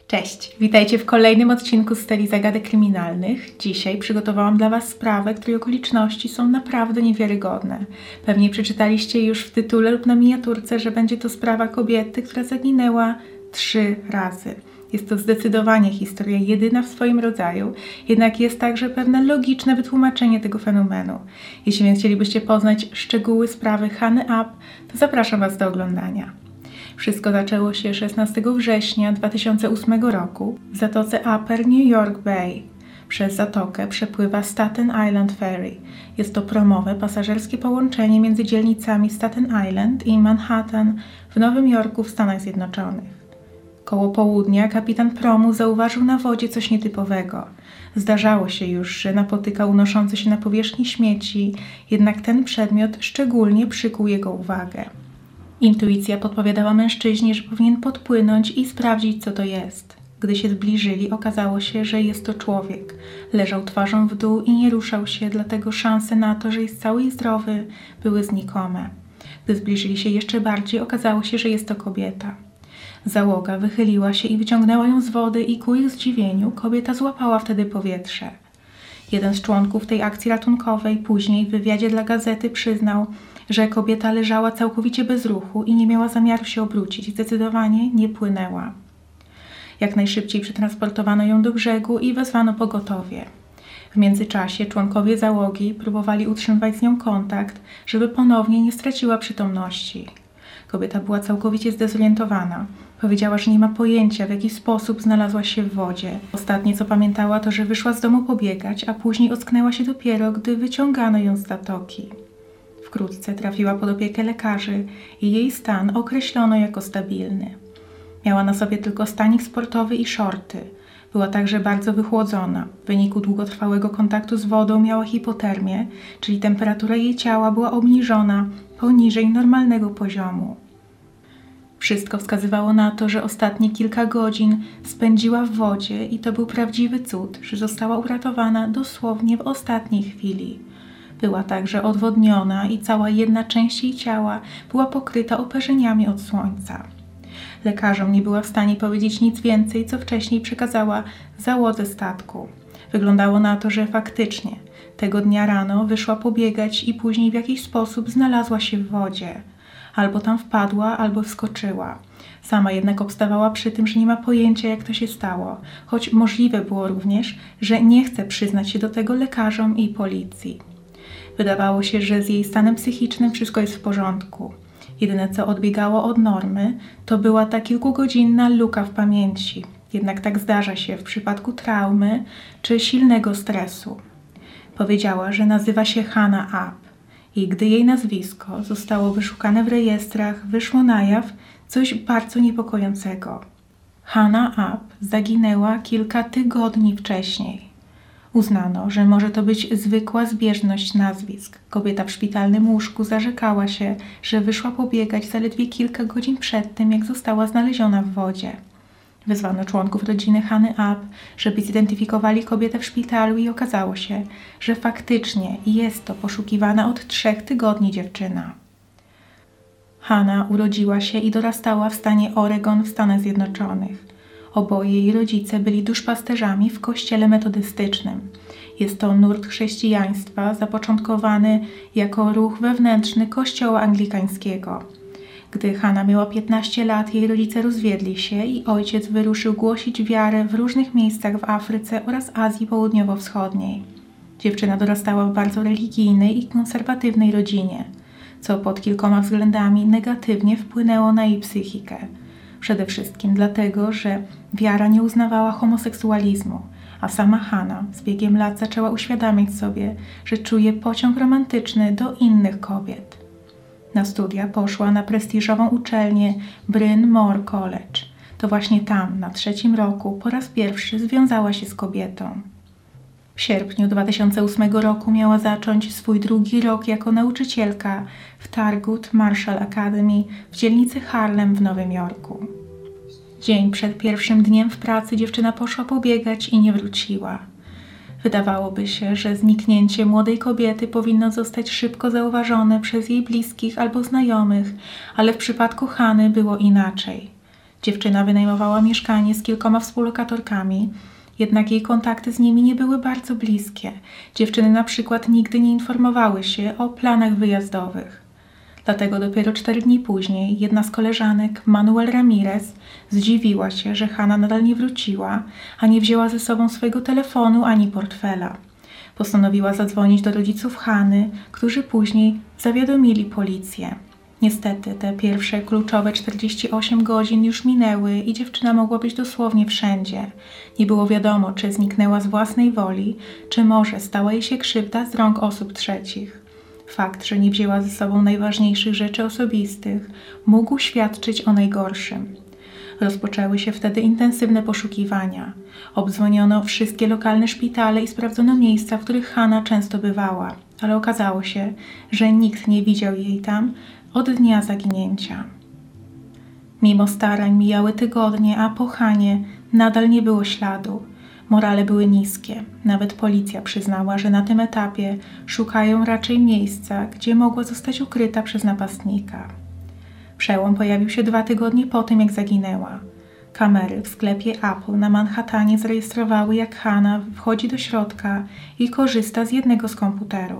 Cześć, witajcie w kolejnym odcinku z serii Zagadek Kryminalnych. Dzisiaj przygotowałam dla Was sprawę, której okoliczności są naprawdę niewiarygodne. Pewnie przeczytaliście już w tytule lub na miniaturce, że będzie to sprawa kobiety, która zaginęła 3 razy. Jest to zdecydowanie historia jedyna w swoim rodzaju, jednak jest także pewne logiczne wytłumaczenie tego fenomenu. Jeśli więc chcielibyście poznać szczegóły sprawy Hany Up, to zapraszam Was do oglądania. Wszystko zaczęło się 16 września 2008 roku w zatoce Upper New York Bay. Przez zatokę przepływa Staten Island Ferry. Jest to promowe, pasażerskie połączenie między dzielnicami Staten Island i Manhattan w Nowym Jorku w Stanach Zjednoczonych. Koło południa kapitan promu zauważył na wodzie coś nietypowego. Zdarzało się już, że napotykał unoszące się na powierzchni śmieci, jednak ten przedmiot szczególnie przykuł jego uwagę. Intuicja podpowiadała mężczyźnie, że powinien podpłynąć i sprawdzić, co to jest. Gdy się zbliżyli, okazało się, że jest to człowiek. Leżał twarzą w dół i nie ruszał się, dlatego szanse na to, że jest cały i zdrowy, były znikome. Gdy zbliżyli się jeszcze bardziej, okazało się, że jest to kobieta. Załoga wychyliła się i wyciągnęła ją z wody i ku ich zdziwieniu kobieta złapała wtedy powietrze. Jeden z członków tej akcji ratunkowej później w wywiadzie dla gazety przyznał, że kobieta leżała całkowicie bez ruchu i nie miała zamiaru się obrócić, zdecydowanie nie płynęła. Jak najszybciej przetransportowano ją do brzegu i wezwano pogotowie. W międzyczasie członkowie załogi próbowali utrzymywać z nią kontakt, żeby ponownie nie straciła przytomności. Kobieta była całkowicie zdezorientowana. Powiedziała, że nie ma pojęcia, w jaki sposób znalazła się w wodzie. Ostatnie, co pamiętała, to, że wyszła z domu pobiegać, a później ocknęła się dopiero, gdy wyciągano ją z zatoki. Wkrótce trafiła pod opiekę lekarzy i jej stan określono jako stabilny. Miała na sobie tylko stanik sportowy i szorty. Była także bardzo wychłodzona. W wyniku długotrwałego kontaktu z wodą miała hipotermię, czyli temperatura jej ciała była obniżona poniżej normalnego poziomu. Wszystko wskazywało na to, że ostatnie kilka godzin spędziła w wodzie i to był prawdziwy cud, że została uratowana dosłownie w ostatniej chwili. Była także odwodniona i cała jedna część jej ciała była pokryta oparzeniami od słońca. Lekarzom nie była w stanie powiedzieć nic więcej, co wcześniej przekazała załodze statku. Wyglądało na to, że faktycznie tego dnia rano wyszła pobiegać i później w jakiś sposób znalazła się w wodzie. Albo tam wpadła, albo wskoczyła. Sama jednak obstawała przy tym, że nie ma pojęcia, jak to się stało, choć możliwe było również, że nie chce przyznać się do tego lekarzom i policji. Wydawało się, że z jej stanem psychicznym wszystko jest w porządku. Jedyne, co odbiegało od normy, to była ta kilkugodzinna luka w pamięci. Jednak tak zdarza się w przypadku traumy czy silnego stresu. Powiedziała, że nazywa się Hana Up i gdy jej nazwisko zostało wyszukane w rejestrach, wyszło na jaw coś bardzo niepokojącego. Hana Up zaginęła kilka tygodni wcześniej. Uznano, że może to być zwykła zbieżność nazwisk. Kobieta w szpitalnym łóżku zarzekała się, że wyszła pobiegać zaledwie kilka godzin przed tym, jak została znaleziona w wodzie. Wezwano członków rodziny Hany Up, żeby zidentyfikowali kobietę w szpitalu i okazało się, że faktycznie jest to poszukiwana od 3 tygodni dziewczyna. Hana urodziła się i dorastała w stanie Oregon w Stanach Zjednoczonych. Oboje jej rodzice byli duszpasterzami w kościele metodystycznym. Jest to nurt chrześcijaństwa zapoczątkowany jako ruch wewnętrzny kościoła anglikańskiego. Gdy Hana miała 15 lat, jej rodzice rozwiedli się i ojciec wyruszył głosić wiarę w różnych miejscach w Afryce oraz Azji Południowo-Wschodniej. Dziewczyna dorastała w bardzo religijnej i konserwatywnej rodzinie, co pod kilkoma względami negatywnie wpłynęło na jej psychikę. Przede wszystkim dlatego, że wiara nie uznawała homoseksualizmu, a sama Hana z biegiem lat zaczęła uświadamiać sobie, że czuje pociąg romantyczny do innych kobiet. Na studia poszła na prestiżową uczelnię Bryn Mawr College. To właśnie tam, na 3. roku, po raz pierwszy związała się z kobietą. W sierpniu 2008 roku miała zacząć swój 2. rok jako nauczycielka w Thurgood Marshall Academy w dzielnicy Harlem w Nowym Jorku. Dzień przed pierwszym dniem w pracy dziewczyna poszła pobiegać i nie wróciła. Wydawałoby się, że zniknięcie młodej kobiety powinno zostać szybko zauważone przez jej bliskich albo znajomych, ale w przypadku Hany było inaczej. Dziewczyna wynajmowała mieszkanie z kilkoma współlokatorkami, jednak jej kontakty z nimi nie były bardzo bliskie. Dziewczyny na przykład nigdy nie informowały się o planach wyjazdowych. Dlatego dopiero 4 dni później jedna z koleżanek, Manuel Ramirez, zdziwiła się, że Hanna nadal nie wróciła, a nie wzięła ze sobą swojego telefonu ani portfela. Postanowiła zadzwonić do rodziców Hanny, którzy później zawiadomili policję. Niestety te pierwsze kluczowe 48 godzin już minęły i dziewczyna mogła być dosłownie wszędzie. Nie było wiadomo, czy zniknęła z własnej woli, czy może stała jej się krzywda z rąk osób trzecich. Fakt, że nie wzięła ze sobą najważniejszych rzeczy osobistych, mógł świadczyć o najgorszym. Rozpoczęły się wtedy intensywne poszukiwania. Obdzwoniono wszystkie lokalne szpitale i sprawdzono miejsca, w których Hanna często bywała, ale okazało się, że nikt nie widział jej tam od dnia zaginięcia. Mimo starań mijały tygodnie, a po Hannie nadal nie było śladu. Morale były niskie. Nawet policja przyznała, że na tym etapie szukają raczej miejsca, gdzie mogła zostać ukryta przez napastnika. Przełom pojawił się 2 tygodnie po tym, jak zaginęła. Kamery w sklepie Apple na Manhattanie zarejestrowały, jak Hanna wchodzi do środka i korzysta z jednego z komputerów.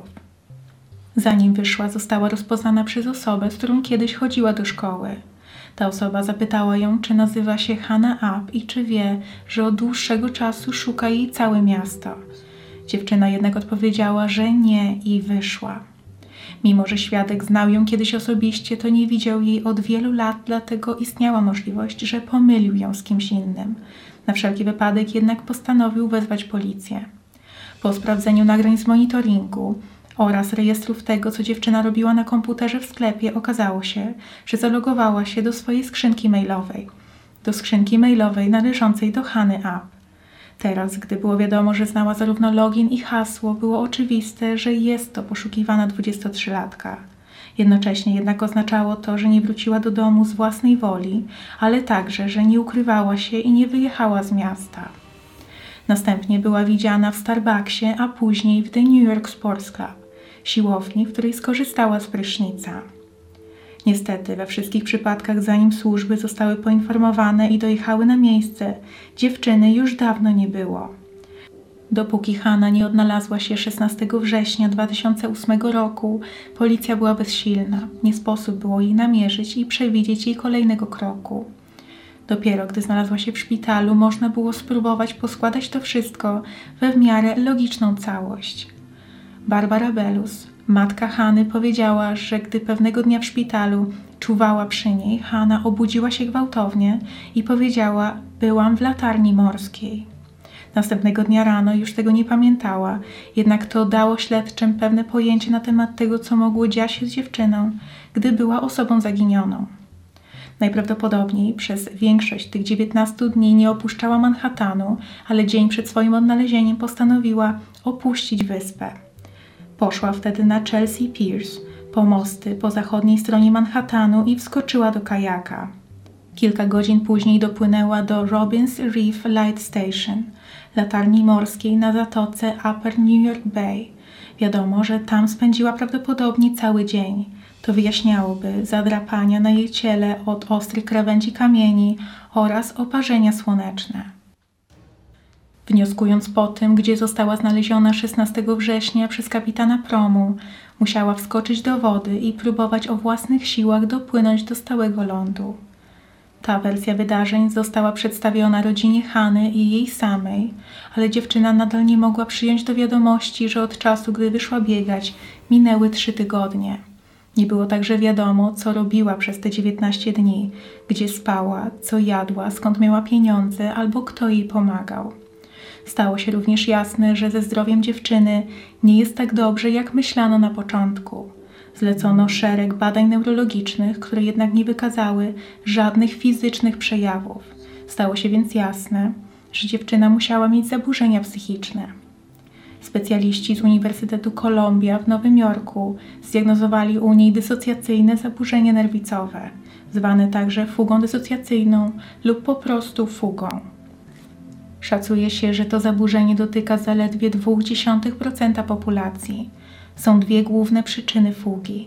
Zanim wyszła, została rozpoznana przez osobę, z którą kiedyś chodziła do szkoły. Ta osoba zapytała ją, czy nazywa się Hanna App i czy wie, że od dłuższego czasu szuka jej całe miasto. Dziewczyna jednak odpowiedziała, że nie i wyszła. Mimo że świadek znał ją kiedyś osobiście, to nie widział jej od wielu lat, dlatego istniała możliwość, że pomylił ją z kimś innym. Na wszelki wypadek jednak postanowił wezwać policję. Po sprawdzeniu nagrań z monitoringu oraz rejestrów tego, co dziewczyna robiła na komputerze w sklepie, okazało się, że zalogowała się do swojej skrzynki mailowej. Do skrzynki mailowej należącej do Hanny App. Teraz, gdy było wiadomo, że znała zarówno login i hasło, było oczywiste, że jest to poszukiwana 23-latka. Jednocześnie jednak oznaczało to, że nie wróciła do domu z własnej woli, ale także, że nie ukrywała się i nie wyjechała z miasta. Następnie była widziana w Starbucksie, a później w The New York Sports Club, siłowni, w której skorzystała z prysznica. Niestety, we wszystkich przypadkach, zanim służby zostały poinformowane i dojechały na miejsce, dziewczyny już dawno nie było. Dopóki Hanna nie odnalazła się 16 września 2008 roku, policja była bezsilna. Nie sposób było jej namierzyć i przewidzieć jej kolejnego kroku. Dopiero gdy znalazła się w szpitalu, można było spróbować poskładać to wszystko we w miarę logiczną całość. Barbara Belus, matka Hanny, powiedziała, że gdy pewnego dnia w szpitalu czuwała przy niej, Hanna obudziła się gwałtownie i powiedziała: byłam w latarni morskiej. Następnego dnia rano już tego nie pamiętała, jednak to dało śledczym pewne pojęcie na temat tego, co mogło dziać się z dziewczyną, gdy była osobą zaginioną. Najprawdopodobniej przez większość tych 19 dni nie opuszczała Manhattanu, ale dzień przed swoim odnalezieniem postanowiła opuścić wyspę. Poszła wtedy na Chelsea Piers, pomosty po zachodniej stronie Manhattanu i wskoczyła do kajaka. Kilka godzin później dopłynęła do Robbins Reef Light Station, latarni morskiej na zatoce Upper New York Bay. Wiadomo, że tam spędziła prawdopodobnie cały dzień. To wyjaśniałoby zadrapania na jej ciele od ostrych krawędzi kamieni oraz oparzenia słoneczne. Wnioskując po tym, gdzie została znaleziona 16 września przez kapitana promu, musiała wskoczyć do wody i próbować o własnych siłach dopłynąć do stałego lądu. Ta wersja wydarzeń została przedstawiona rodzinie Hanny i jej samej, ale dziewczyna nadal nie mogła przyjąć do wiadomości, że od czasu, gdy wyszła biegać, minęły 3 tygodnie. Nie było także wiadomo, co robiła przez te 19 dni, gdzie spała, co jadła, skąd miała pieniądze albo kto jej pomagał. Stało się również jasne, że ze zdrowiem dziewczyny nie jest tak dobrze, jak myślano na początku. Zlecono szereg badań neurologicznych, które jednak nie wykazały żadnych fizycznych przejawów. Stało się więc jasne, że dziewczyna musiała mieć zaburzenia psychiczne. Specjaliści z Uniwersytetu Columbia w Nowym Jorku zdiagnozowali u niej dysocjacyjne zaburzenie nerwicowe, zwane także fugą dysocjacyjną lub po prostu fugą. Szacuje się, że to zaburzenie dotyka zaledwie 0,2% populacji. Są 2 główne przyczyny fugi.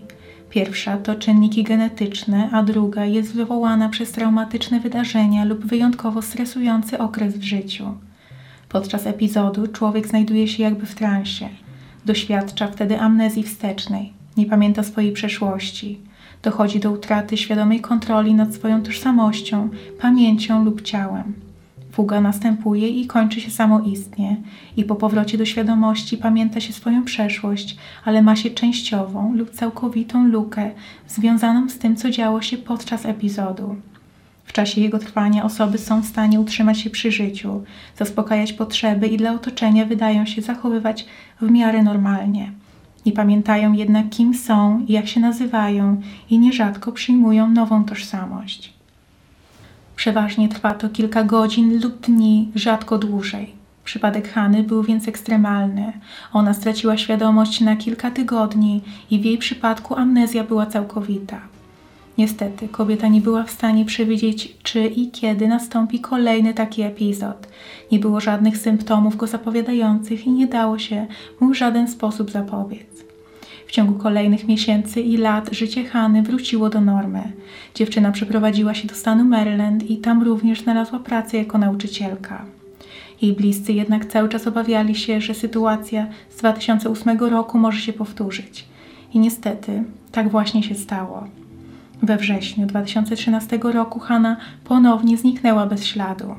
Pierwsza to czynniki genetyczne, a druga jest wywołana przez traumatyczne wydarzenia lub wyjątkowo stresujący okres w życiu. Podczas epizodu człowiek znajduje się jakby w transie. Doświadcza wtedy amnezji wstecznej, nie pamięta swojej przeszłości. Dochodzi do utraty świadomej kontroli nad swoją tożsamością, pamięcią lub ciałem. Fuga następuje i kończy się samoistnie i po powrocie do świadomości pamięta się swoją przeszłość, ale ma się częściową lub całkowitą lukę związaną z tym, co działo się podczas epizodu. W czasie jego trwania osoby są w stanie utrzymać się przy życiu, zaspokajać potrzeby i dla otoczenia wydają się zachowywać w miarę normalnie. Nie pamiętają jednak, kim są i jak się nazywają i nierzadko przyjmują nową tożsamość. Przeważnie trwa to kilka godzin lub dni, rzadko dłużej. Przypadek Hany był więc ekstremalny. Ona straciła świadomość na kilka tygodni i w jej przypadku amnezja była całkowita. Niestety, kobieta nie była w stanie przewidzieć, czy i kiedy nastąpi kolejny taki epizod. Nie było żadnych symptomów go zapowiadających i nie dało się mu w żaden sposób zapobiec. W ciągu kolejnych miesięcy i lat życie Hany wróciło do normy. Dziewczyna przeprowadziła się do stanu Maryland i tam również znalazła pracę jako nauczycielka. Jej bliscy jednak cały czas obawiali się, że sytuacja z 2008 roku może się powtórzyć. I niestety, tak właśnie się stało. We wrześniu 2013 roku Hana ponownie zniknęła bez śladu.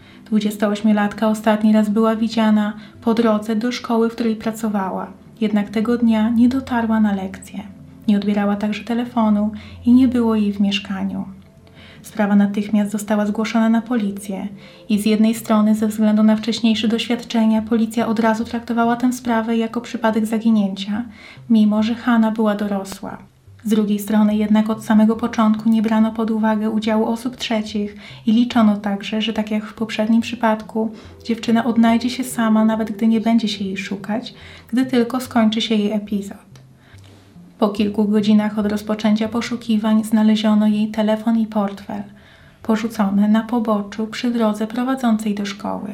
28-latka ostatni raz była widziana po drodze do szkoły, w której pracowała. Jednak tego dnia nie dotarła na lekcję. Nie odbierała także telefonu i nie było jej w mieszkaniu. Sprawa natychmiast została zgłoszona na policję i z jednej strony ze względu na wcześniejsze doświadczenia policja od razu traktowała tę sprawę jako przypadek zaginięcia, mimo że Hana była dorosła. Z drugiej strony jednak od samego początku nie brano pod uwagę udziału osób trzecich i liczono także, że tak jak w poprzednim przypadku, dziewczyna odnajdzie się sama, nawet gdy nie będzie się jej szukać, gdy tylko skończy się jej epizod. Po kilku godzinach od rozpoczęcia poszukiwań znaleziono jej telefon i portfel, porzucone na poboczu przy drodze prowadzącej do szkoły.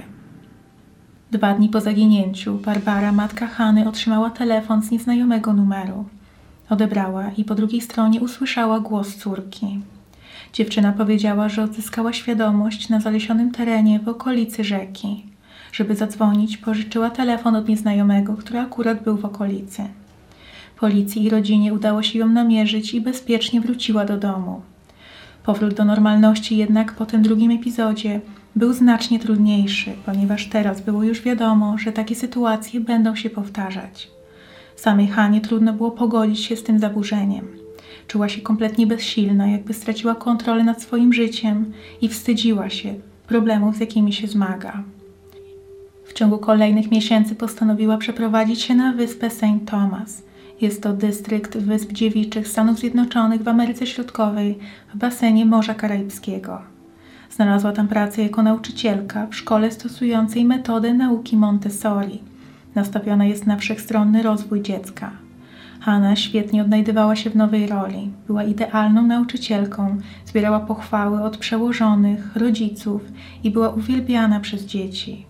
2 dni po zaginięciu Barbara, matka Hany, otrzymała telefon z nieznajomego numeru. Odebrała i po drugiej stronie usłyszała głos córki. Dziewczyna powiedziała, że odzyskała świadomość na zalesionym terenie w okolicy rzeki. Żeby zadzwonić, pożyczyła telefon od nieznajomego, który akurat był w okolicy. Policji i rodzinie udało się ją namierzyć i bezpiecznie wróciła do domu. Powrót do normalności jednak po tym drugim epizodzie był znacznie trudniejszy, ponieważ teraz było już wiadomo, że takie sytuacje będą się powtarzać. Samej Hanie trudno było pogodzić się z tym zaburzeniem. Czuła się kompletnie bezsilna, jakby straciła kontrolę nad swoim życiem i wstydziła się problemów, z jakimi się zmaga. W ciągu kolejnych miesięcy postanowiła przeprowadzić się na wyspę St. Thomas. Jest to dystrykt Wysp Dziewiczych Stanów Zjednoczonych w Ameryce Środkowej w basenie Morza Karaibskiego. Znalazła tam pracę jako nauczycielka w szkole stosującej metodę nauki Montessori. Nastawiona jest na wszechstronny rozwój dziecka. Hana świetnie odnajdywała się w nowej roli. Była idealną nauczycielką, zbierała pochwały od przełożonych, rodziców i była uwielbiana przez dzieci.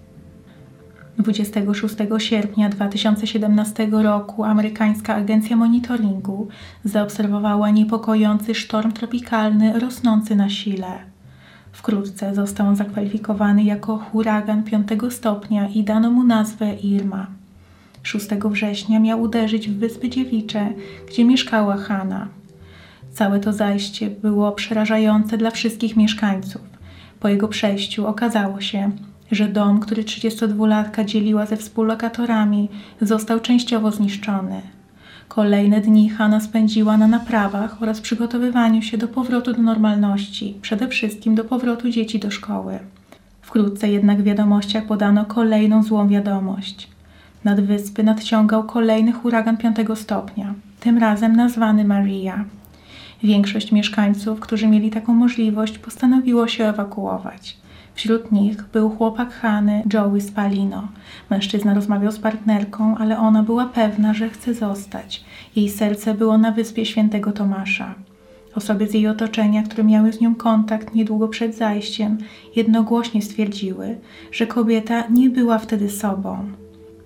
26 sierpnia 2017 roku amerykańska agencja monitoringu zaobserwowała niepokojący sztorm tropikalny rosnący na sile. Wkrótce został on zakwalifikowany jako huragan 5 stopnia i dano mu nazwę Irma. 6 września miał uderzyć w Wyspy Dziewicze, gdzie mieszkała Hana. Całe to zajście było przerażające dla wszystkich mieszkańców. Po jego przejściu okazało się, że dom, który 32-latka dzieliła ze współlokatorami, został częściowo zniszczony. Kolejne dni Hana spędziła na naprawach oraz przygotowywaniu się do powrotu do normalności, przede wszystkim do powrotu dzieci do szkoły. Wkrótce jednak w wiadomościach podano kolejną złą wiadomość. Nad wyspy nadciągał kolejny huragan 5 stopnia, tym razem nazwany Maria. Większość mieszkańców, którzy mieli taką możliwość, postanowiło się ewakuować. Wśród nich był chłopak Hany, Joey Spalino. Mężczyzna rozmawiał z partnerką, ale ona była pewna, że chce zostać. Jej serce było na wyspie Świętego Tomasza. Osoby z jej otoczenia, które miały z nią kontakt niedługo przed zajściem, jednogłośnie stwierdziły, że kobieta nie była wtedy sobą.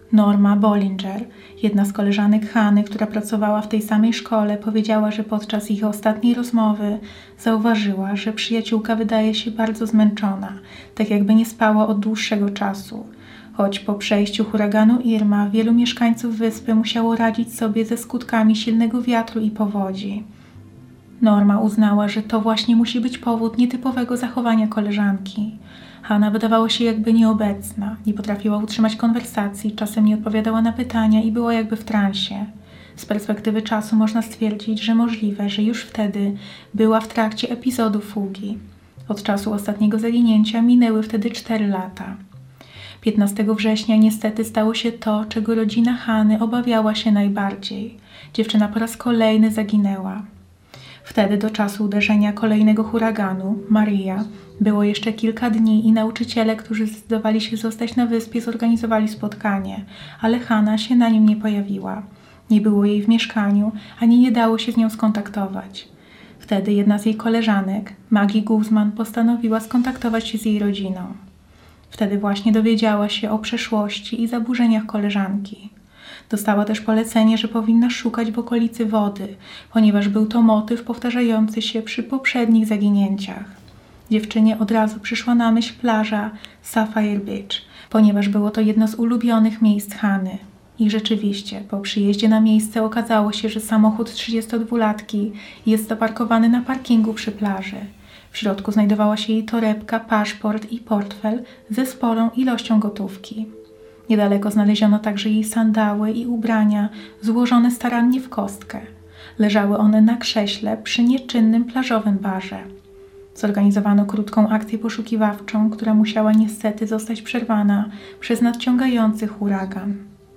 Norma Bollinger, jedna z koleżanek Hany, która pracowała w tej samej szkole, powiedziała, że podczas ich ostatniej rozmowy zauważyła, że przyjaciółka wydaje się bardzo zmęczona, tak jakby nie spała od dłuższego czasu. Choć po przejściu huraganu Irma wielu mieszkańców wyspy musiało radzić sobie ze skutkami silnego wiatru i powodzi. Norma uznała, że to właśnie musi być powód nietypowego zachowania koleżanki. Hana wydawała się jakby nieobecna, nie potrafiła utrzymać konwersacji, czasem nie odpowiadała na pytania i była jakby w transie. Z perspektywy czasu można stwierdzić, że możliwe, że już wtedy była w trakcie epizodu fugi. Od czasu ostatniego zaginięcia minęły wtedy 4 lata. 15 września niestety stało się to, czego rodzina Hany obawiała się najbardziej. Dziewczyna po raz kolejny zaginęła. Wtedy do czasu uderzenia kolejnego huraganu, Maria, było jeszcze kilka dni i nauczyciele, którzy zdecydowali się zostać na wyspie, zorganizowali spotkanie, ale Hana się na nim nie pojawiła. Nie było jej w mieszkaniu, ani nie dało się z nią skontaktować. Wtedy jedna z jej koleżanek, Maggie Guzman, postanowiła skontaktować się z jej rodziną. Wtedy właśnie dowiedziała się o przeszłości i zaburzeniach koleżanki. Dostała też polecenie, że powinna szukać w okolicy wody, ponieważ był to motyw powtarzający się przy poprzednich zaginięciach. Dziewczynie od razu przyszła na myśl plaża Sapphire Beach, ponieważ było to jedno z ulubionych miejsc Hany. I rzeczywiście, po przyjeździe na miejsce okazało się, że samochód 32-latki jest zaparkowany na parkingu przy plaży. W środku znajdowała się jej torebka, paszport i portfel ze sporą ilością gotówki. Niedaleko znaleziono także jej sandały i ubrania złożone starannie w kostkę. Leżały one na krześle przy nieczynnym plażowym barze. Zorganizowano krótką akcję poszukiwawczą, która musiała niestety zostać przerwana przez nadciągający huragan.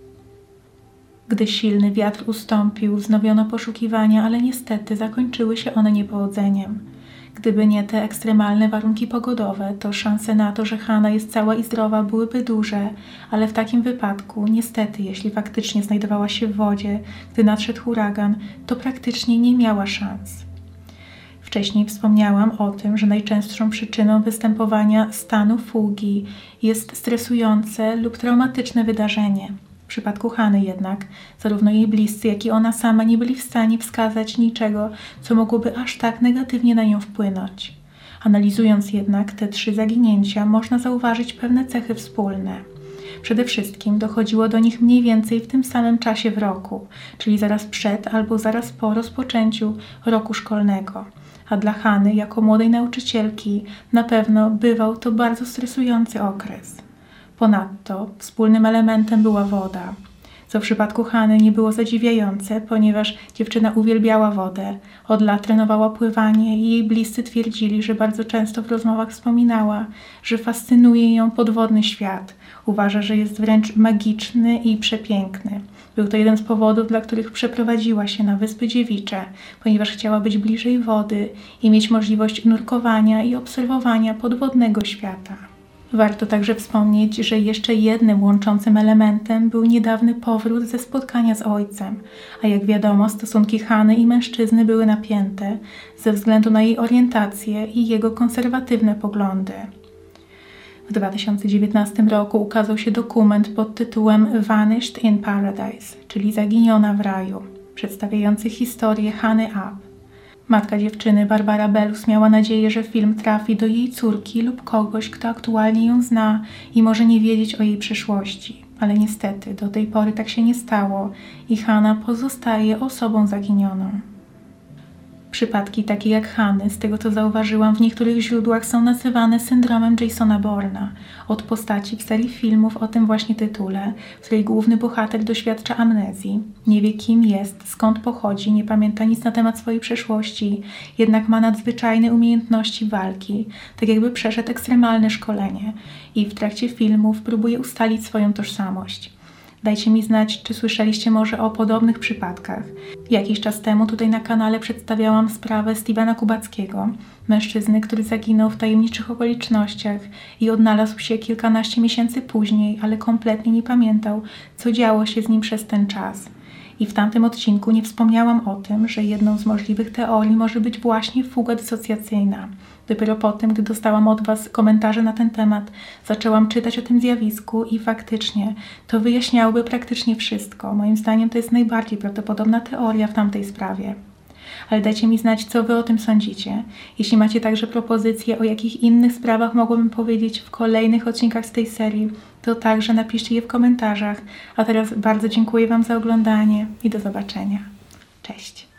Gdy silny wiatr ustąpił, wznowiono poszukiwania, ale niestety zakończyły się one niepowodzeniem. Gdyby nie te ekstremalne warunki pogodowe, to szanse na to, że Hana jest cała i zdrowa, byłyby duże, ale w takim wypadku, niestety, jeśli faktycznie znajdowała się w wodzie, gdy nadszedł huragan, to praktycznie nie miała szans. Wcześniej wspomniałam o tym, że najczęstszą przyczyną występowania stanu fugi jest stresujące lub traumatyczne wydarzenie. W przypadku Hany jednak, zarówno jej bliscy, jak i ona sama nie byli w stanie wskazać niczego, co mogłoby aż tak negatywnie na nią wpłynąć. Analizując jednak te 3 zaginięcia, można zauważyć pewne cechy wspólne. Przede wszystkim dochodziło do nich mniej więcej w tym samym czasie w roku, czyli zaraz przed albo zaraz po rozpoczęciu roku szkolnego. A dla Hany, jako młodej nauczycielki, na pewno bywał to bardzo stresujący okres. Ponadto wspólnym elementem była woda, co w przypadku Hany nie było zadziwiające, ponieważ dziewczyna uwielbiała wodę, od lat trenowała pływanie i jej bliscy twierdzili, że bardzo często w rozmowach wspominała, że fascynuje ją podwodny świat. Uważa, że jest wręcz magiczny i przepiękny. Był to jeden z powodów, dla których przeprowadziła się na Wyspy Dziewicze, ponieważ chciała być bliżej wody i mieć możliwość nurkowania i obserwowania podwodnego świata. Warto także wspomnieć, że jeszcze jednym łączącym elementem był niedawny powrót ze spotkania z ojcem, a jak wiadomo, stosunki Hany i mężczyzny były napięte ze względu na jej orientację i jego konserwatywne poglądy. W 2019 roku ukazał się dokument pod tytułem Vanished in Paradise, czyli Zaginiona w raju, przedstawiający historię Hany Up. Matka dziewczyny, Barbara Bellus, miała nadzieję, że film trafi do jej córki lub kogoś, kto aktualnie ją zna i może nie wiedzieć o jej przeszłości. Ale niestety do tej pory tak się nie stało i Hana pozostaje osobą zaginioną. Przypadki takie jak Hany, z tego co zauważyłam w niektórych źródłach, są nazywane syndromem Jasona Bourna, od postaci w serii filmów o tym właśnie tytule, w której główny bohater doświadcza amnezji, nie wie kim jest, skąd pochodzi, nie pamięta nic na temat swojej przeszłości, jednak ma nadzwyczajne umiejętności walki, tak jakby przeszedł ekstremalne szkolenie i w trakcie filmów próbuje ustalić swoją tożsamość. Dajcie mi znać, czy słyszeliście może o podobnych przypadkach. Jakiś czas temu tutaj na kanale przedstawiałam sprawę Stevena Kubackiego, mężczyzny, który zaginął w tajemniczych okolicznościach i odnalazł się kilkanaście miesięcy później, ale kompletnie nie pamiętał, co działo się z nim przez ten czas. I w tamtym odcinku nie wspomniałam o tym, że jedną z możliwych teorii może być właśnie fuga dysocjacyjna. Dopiero po tym, gdy dostałam od Was komentarze na ten temat, zaczęłam czytać o tym zjawisku i faktycznie to wyjaśniałoby praktycznie wszystko. Moim zdaniem to jest najbardziej prawdopodobna teoria w tamtej sprawie. Ale dajcie mi znać, co Wy o tym sądzicie. Jeśli macie także propozycje, o jakich innych sprawach mogłabym powiedzieć w kolejnych odcinkach z tej serii, to także napiszcie je w komentarzach. A teraz bardzo dziękuję Wam za oglądanie i do zobaczenia. Cześć!